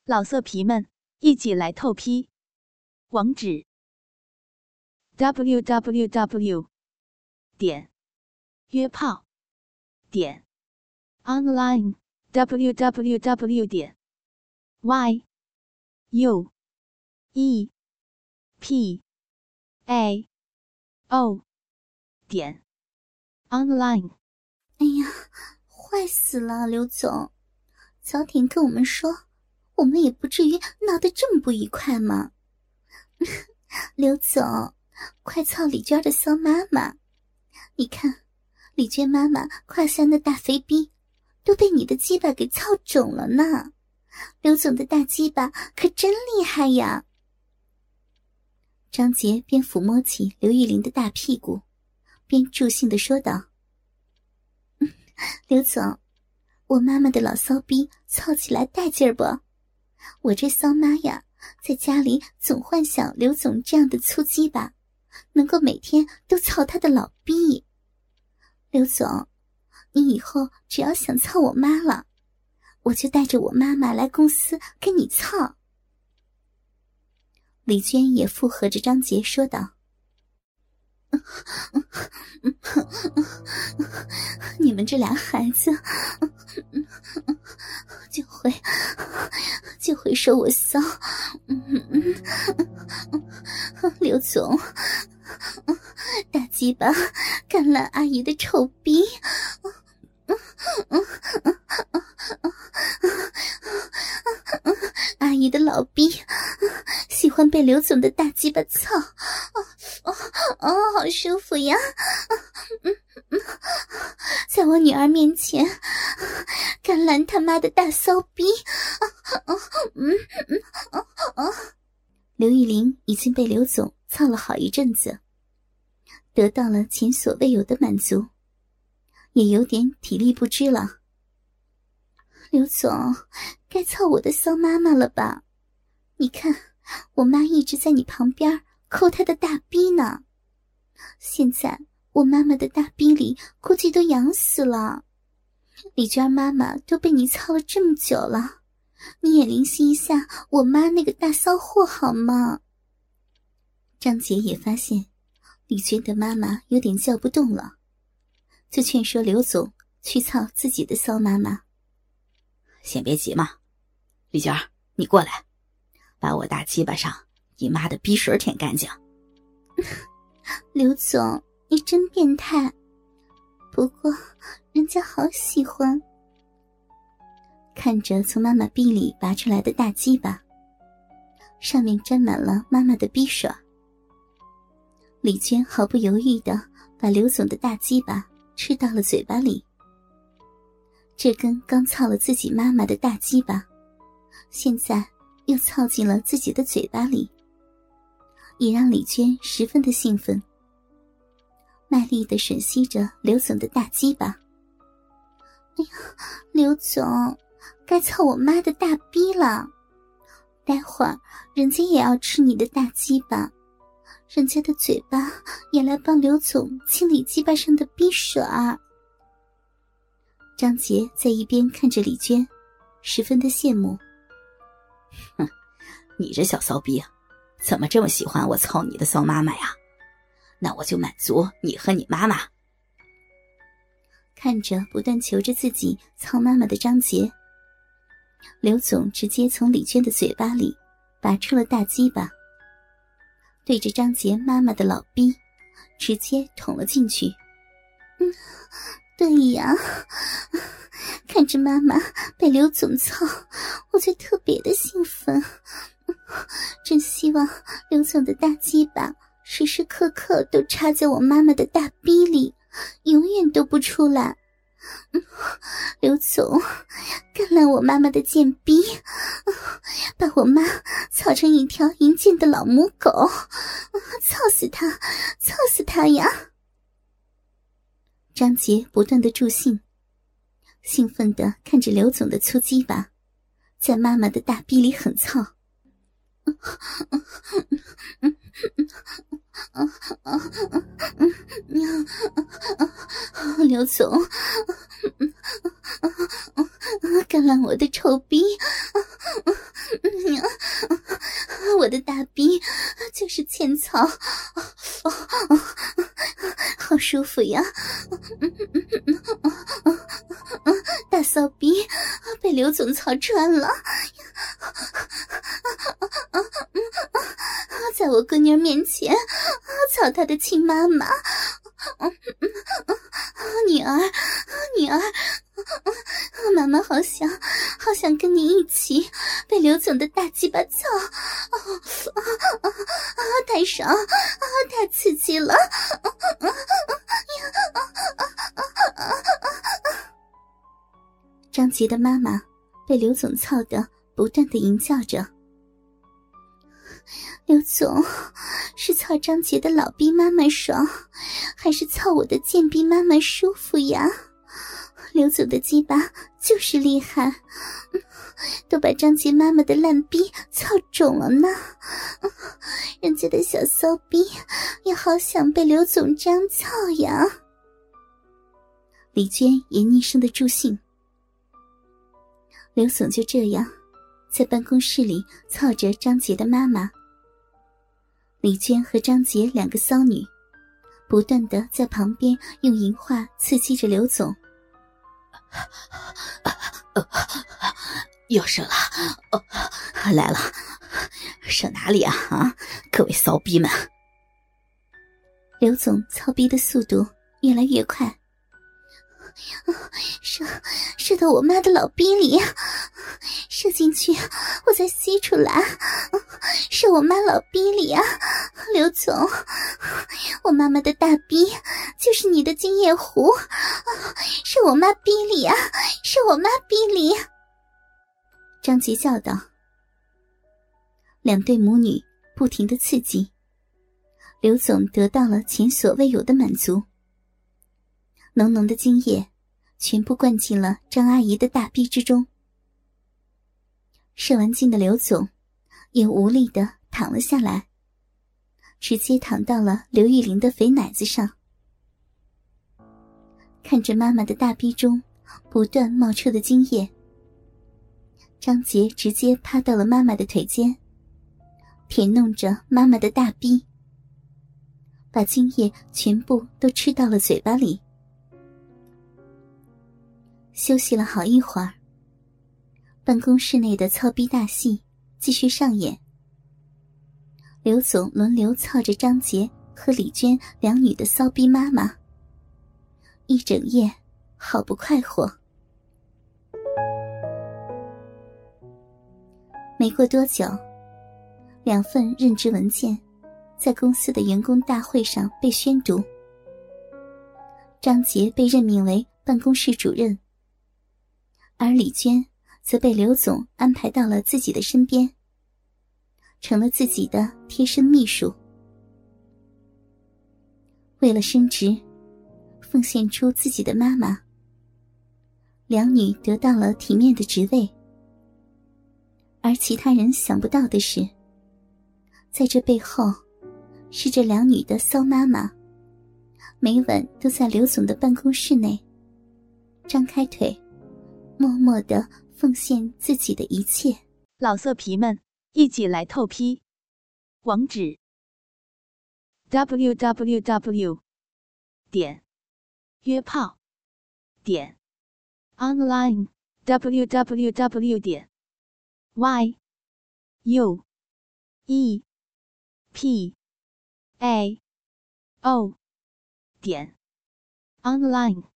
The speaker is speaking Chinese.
老色皮们，一起来透批！网址 www.约炮online www.yuepao.online。 哎呀，坏死了，刘总，早点跟我们说，我们也不至于闹得这么不愉快嘛。刘总，快操李娟的骚妈妈，你看李娟妈妈胯下那大肥逼都被你的鸡巴给操肿了呢。刘总的大鸡巴可真厉害呀。张杰边抚摸起刘玉玲的大屁股，边助兴地说道：刘总，我妈妈的老骚逼操起来带劲儿不？我这骚妈呀，在家里总幻想刘总这样的粗鸡巴能够每天都操他的老逼。刘总，你以后只要想操我妈了，我就带着我妈妈来公司跟你操。李娟也附和着张杰说道：你们这俩孩子就会说我骚。刘总，大鸡巴干烂阿姨的臭逼。阿姨的老逼喜欢被刘总的大鸡巴操。好舒服呀。在我女儿面前干烂他妈的大骚逼。刘玉玲已经被刘总操了好一阵子，得到了前所未有的满足，也有点体力不支了。刘总，该操我的骚妈妈了吧？你看我妈一直在你旁边抠她的大逼呢，现在我妈妈的大逼里估计都痒死了。李娟妈妈都被你操了这么久了，你也怜惜一下我妈那个大骚货好吗？张杰也发现李娟的妈妈有点叫不动了，就劝说刘总去操自己的骚妈妈。 先别急嘛，李娟，你过来，把我大鸡巴上你妈的逼水舔干净。 刘总，你真变态，不过人家好喜欢。看着从妈妈逼里拔出来的大鸡巴，上面沾满了妈妈的逼水，李娟毫不犹豫地把刘总的大鸡巴吃到了嘴巴里。这根刚操了自己妈妈的大鸡巴，现在又操进了自己的嘴巴里，也让李娟十分的兴奋，卖力地吮吸着刘总的大鸡巴。哎呀，刘总，该操我妈的大逼了，待会儿人家也要吃你的大鸡巴，人家的嘴巴也来帮刘总清理鸡巴上的逼水儿。张杰在一边看着李娟，十分的羡慕。 哼，你这小骚逼啊，怎么这么喜欢我操你的骚妈妈呀？那我就满足你和你妈妈。 看着不断求着自己操妈妈的张杰，刘总直接从李娟的嘴巴里拔出了大鸡巴，对着张杰妈妈的老逼直接捅了进去。对呀，看着妈妈被刘总操，我就特别的兴奋，真希望刘总的大鸡巴时时刻刻都插在我妈妈的大逼里，永远都不出来。刘总，干烂我妈妈的贱逼，把我妈操成一条淫贱的老母狗，操死她，操死她呀！张杰不断的助兴，兴奋地看着刘总的粗鸡巴在妈妈的大逼里狠操。刘总，干烂我的臭逼， 操，好舒服呀！大骚逼被刘总操穿了，在我闺女面前操她的亲妈妈，女儿，妈妈好想跟你一起被刘总的大鸡巴操，太爽，太刺激了！张杰的妈妈被刘总操得不断地吟叫着：刘总是操张杰的老逼妈妈爽，还是操我的贱逼妈妈舒服呀？刘总的鸡巴就是厉害，都把张杰妈妈的烂逼操肿了呢。人家的小骚逼也好想被刘总这样操呀。李娟也厉声的助兴。刘总就这样在办公室里操着张杰的妈妈，李娟和张杰两个骚女不断地在旁边用淫话刺激着刘总。 又射了，来了，射哪里啊？各位骚逼们！ 刘总操逼的速度越来越快，射到我妈的老逼里，射进去我再吸出来，射我妈老逼里啊！刘总，我妈妈的大逼就是你的精液湖，射我妈逼里啊，射我妈逼里！张杰叫道。两对母女不停地刺激，刘总得到了前所未有的满足，浓浓的精液全部灌进了张阿姨的大逼之中。射完精的刘总也无力地躺了下来，直接躺到了刘玉玲的肥奶子上。看着妈妈的大逼中不断冒出的精液，张杰直接趴到了妈妈的腿间，舔弄着妈妈的大逼，把精液全部都吃到了嘴巴里。休息了好一会儿，办公室内的操逼大戏继续上演。刘总轮流操着张杰和李娟两女的骚逼妈妈，一整夜好不快活。没过多久，2份任职文件在公司的员工大会上被宣读。张杰被任命为办公室主任，而李娟则被刘总安排到了自己的身边，成了自己的贴身秘书。为了升职，奉献出自己的妈妈，两女得到了体面的职位。而其他人想不到的是，在这背后是这两女的骚妈妈，每晚都在刘总的办公室内张开腿，默默地奉献自己的一切。 老色皮们，一起来透批！网址 www.约炮.online www.yuepao.online